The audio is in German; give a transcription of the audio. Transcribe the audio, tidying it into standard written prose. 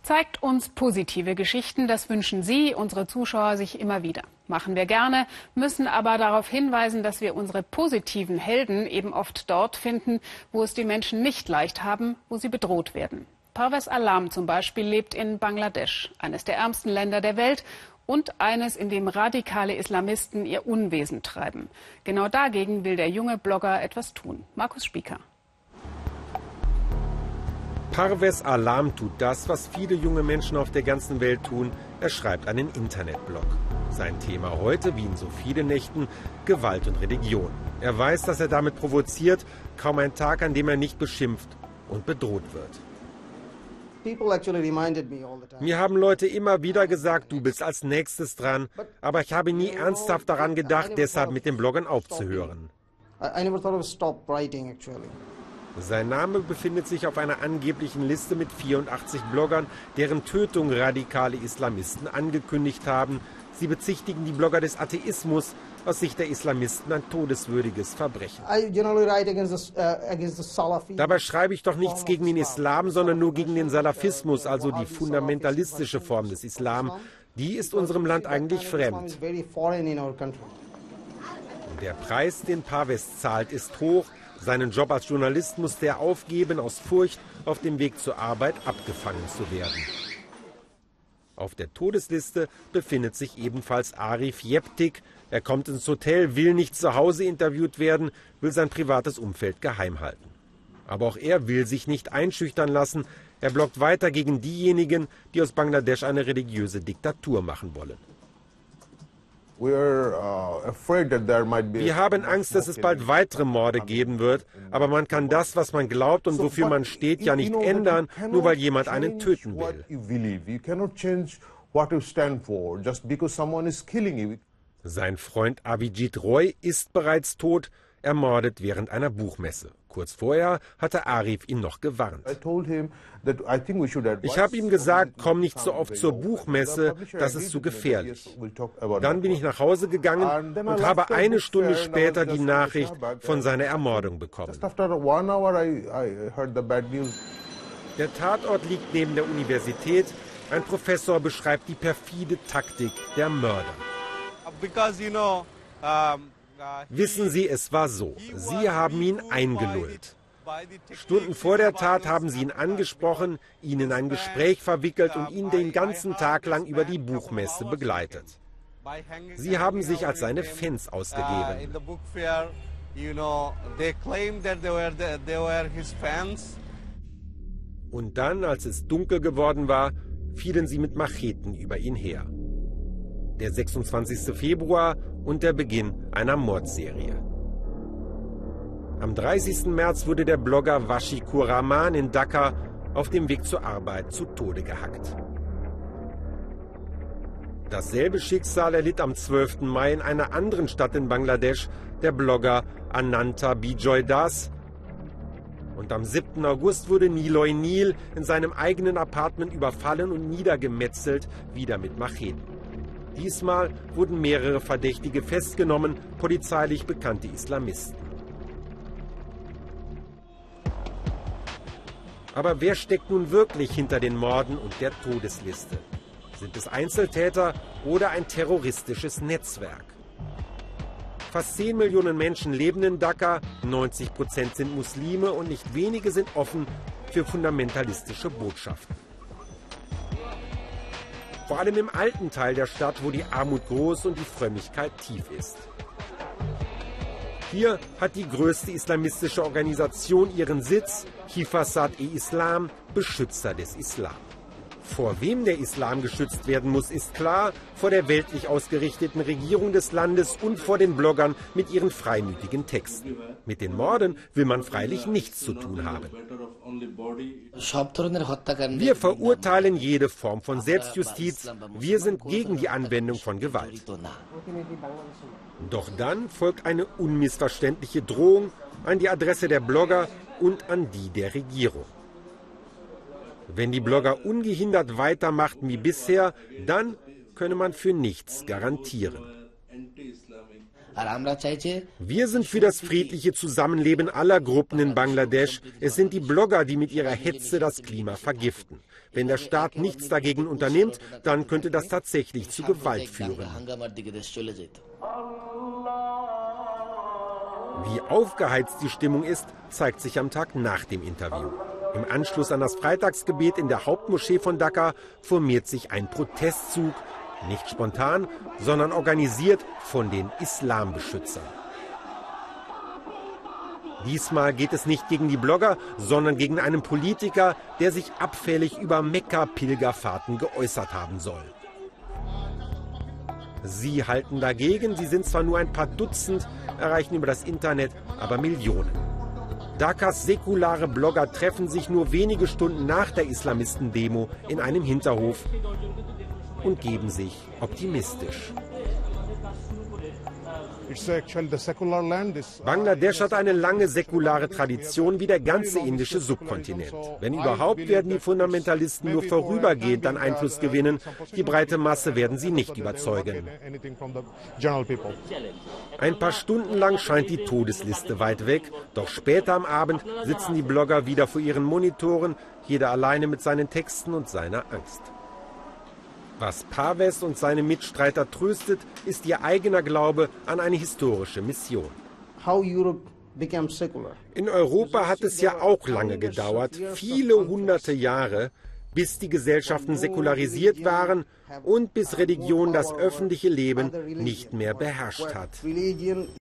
Zeigt uns positive Geschichten, das wünschen Sie, unsere Zuschauer, sich immer wieder. Machen wir gerne, müssen aber darauf hinweisen, dass wir unsere positiven Helden eben oft dort finden, wo es die Menschen nicht leicht haben, wo sie bedroht werden. Parvez Alam zum Beispiel lebt in Bangladesch, eines der ärmsten Länder der Welt und eines, in dem radikale Islamisten ihr Unwesen treiben. Genau dagegen will der junge Blogger etwas tun. Markus Spieker. Parvez Alam tut das, was viele junge Menschen auf der ganzen Welt tun. Er schreibt einen Internetblog. Sein Thema heute, wie in so vielen Nächten, Gewalt und Religion. Er weiß, dass er damit provoziert, kaum ein Tag, an dem er nicht beschimpft und bedroht wird. Mir haben Leute immer wieder gesagt, du bist als nächstes dran, aber ich habe nie ernsthaft daran gedacht, deshalb mit dem Bloggen aufzuhören. Sein Name befindet sich auf einer angeblichen Liste mit 84 Bloggern, deren Tötung radikale Islamisten angekündigt haben. Sie bezichtigen die Blogger des Atheismus, aus Sicht der Islamisten ein todeswürdiges Verbrechen. Dabei schreibe ich doch nichts gegen den Islam, sondern nur gegen den Salafismus, also die fundamentalistische Form des Islam. Die ist unserem Land eigentlich fremd. Der Preis, den Parvez zahlt, ist hoch. Seinen Job als Journalist musste er aufgeben, aus Furcht, auf dem Weg zur Arbeit abgefangen zu werden. Auf der Todesliste befindet sich ebenfalls Arif Yeptik. Er kommt ins Hotel, will nicht zu Hause interviewt werden, will sein privates Umfeld geheim halten. Aber auch er will sich nicht einschüchtern lassen. Er bloggt weiter gegen diejenigen, die aus Bangladesch eine religiöse Diktatur machen wollen. Wir haben Angst, dass es bald weitere Morde geben wird, aber man kann das, was man glaubt und wofür man steht, ja nicht ändern, nur weil jemand einen töten will. Sein Freund Avijit Roy ist bereits tot, ermordet während einer Buchmesse. Kurz vorher hatte Arif ihn noch gewarnt. Ich habe ihm gesagt, komm nicht so oft zur Buchmesse, das ist zu gefährlich. Dann bin ich nach Hause gegangen und habe eine Stunde später die Nachricht von seiner Ermordung bekommen. Der Tatort liegt neben der Universität. Ein Professor beschreibt die perfide Taktik der Mörder. Wissen Sie, es war so. Sie haben ihn eingelullt. Stunden vor der Tat haben sie ihn angesprochen, ihn in ein Gespräch verwickelt und ihn den ganzen Tag lang über die Buchmesse begleitet. Sie haben sich als seine Fans ausgegeben. Und dann, als es dunkel geworden war, fielen sie mit Macheten über ihn her. Der 26. Februar und der Beginn einer Mordserie. Am 30. März wurde der Blogger Washikur Rahman in Dhaka auf dem Weg zur Arbeit zu Tode gehackt. Dasselbe Schicksal erlitt am 12. Mai in einer anderen Stadt in Bangladesch der Blogger Ananta Bijoy Das. Und am 7. August wurde Niloy Neel in seinem eigenen Apartment überfallen und niedergemetzelt, wieder mit Macheten. Diesmal wurden mehrere Verdächtige festgenommen, polizeilich bekannte Islamisten. Aber wer steckt nun wirklich hinter den Morden und der Todesliste? Sind es Einzeltäter oder ein terroristisches Netzwerk? Fast 10 Millionen Menschen leben in Dhaka, 90% sind Muslime und nicht wenige sind offen für fundamentalistische Botschaften. Vor allem im alten Teil der Stadt, wo die Armut groß und die Frömmigkeit tief ist. Hier hat die größte islamistische Organisation ihren Sitz, Hifazat-e-Islam, Beschützer des Islam. Vor wem der Islam geschützt werden muss, ist klar, vor der weltlich ausgerichteten Regierung des Landes und vor den Bloggern mit ihren freimütigen Texten. Mit den Morden will man freilich nichts zu tun haben. Wir verurteilen jede Form von Selbstjustiz. Wir sind gegen die Anwendung von Gewalt. Doch dann folgt eine unmissverständliche Drohung an die Adresse der Blogger und an die der Regierung. Wenn die Blogger ungehindert weitermachten wie bisher, dann könne man für nichts garantieren. Wir sind für das friedliche Zusammenleben aller Gruppen in Bangladesch. Es sind die Blogger, die mit ihrer Hetze das Klima vergiften. Wenn der Staat nichts dagegen unternimmt, dann könnte das tatsächlich zu Gewalt führen. Wie aufgeheizt die Stimmung ist, zeigt sich am Tag nach dem Interview. Im Anschluss an das Freitagsgebet in der Hauptmoschee von Dhaka formiert sich ein Protestzug, nicht spontan, sondern organisiert von den Islambeschützern. Diesmal geht es nicht gegen die Blogger, sondern gegen einen Politiker, der sich abfällig über Mekka-Pilgerfahrten geäußert haben soll. Sie halten dagegen, sie sind zwar nur ein paar Dutzend, erreichen über das Internet aber Millionen. Dhakas säkulare Blogger treffen sich nur wenige Stunden nach der Islamisten-Demo in einem Hinterhof und geben sich optimistisch. Bangladesch hat eine lange säkulare Tradition wie der ganze indische Subkontinent. Wenn überhaupt, werden die Fundamentalisten nur vorübergehend an Einfluss gewinnen. Die breite Masse werden sie nicht überzeugen. Ein paar Stunden lang scheint die Todesliste weit weg. Doch später am Abend sitzen die Blogger wieder vor ihren Monitoren, jeder alleine mit seinen Texten und seiner Angst. Was Parvez und seine Mitstreiter tröstet, ist ihr eigener Glaube an eine historische Mission. In Europa hat es ja auch lange gedauert, viele hunderte Jahre, bis die Gesellschaften säkularisiert waren und bis Religion das öffentliche Leben nicht mehr beherrscht hat.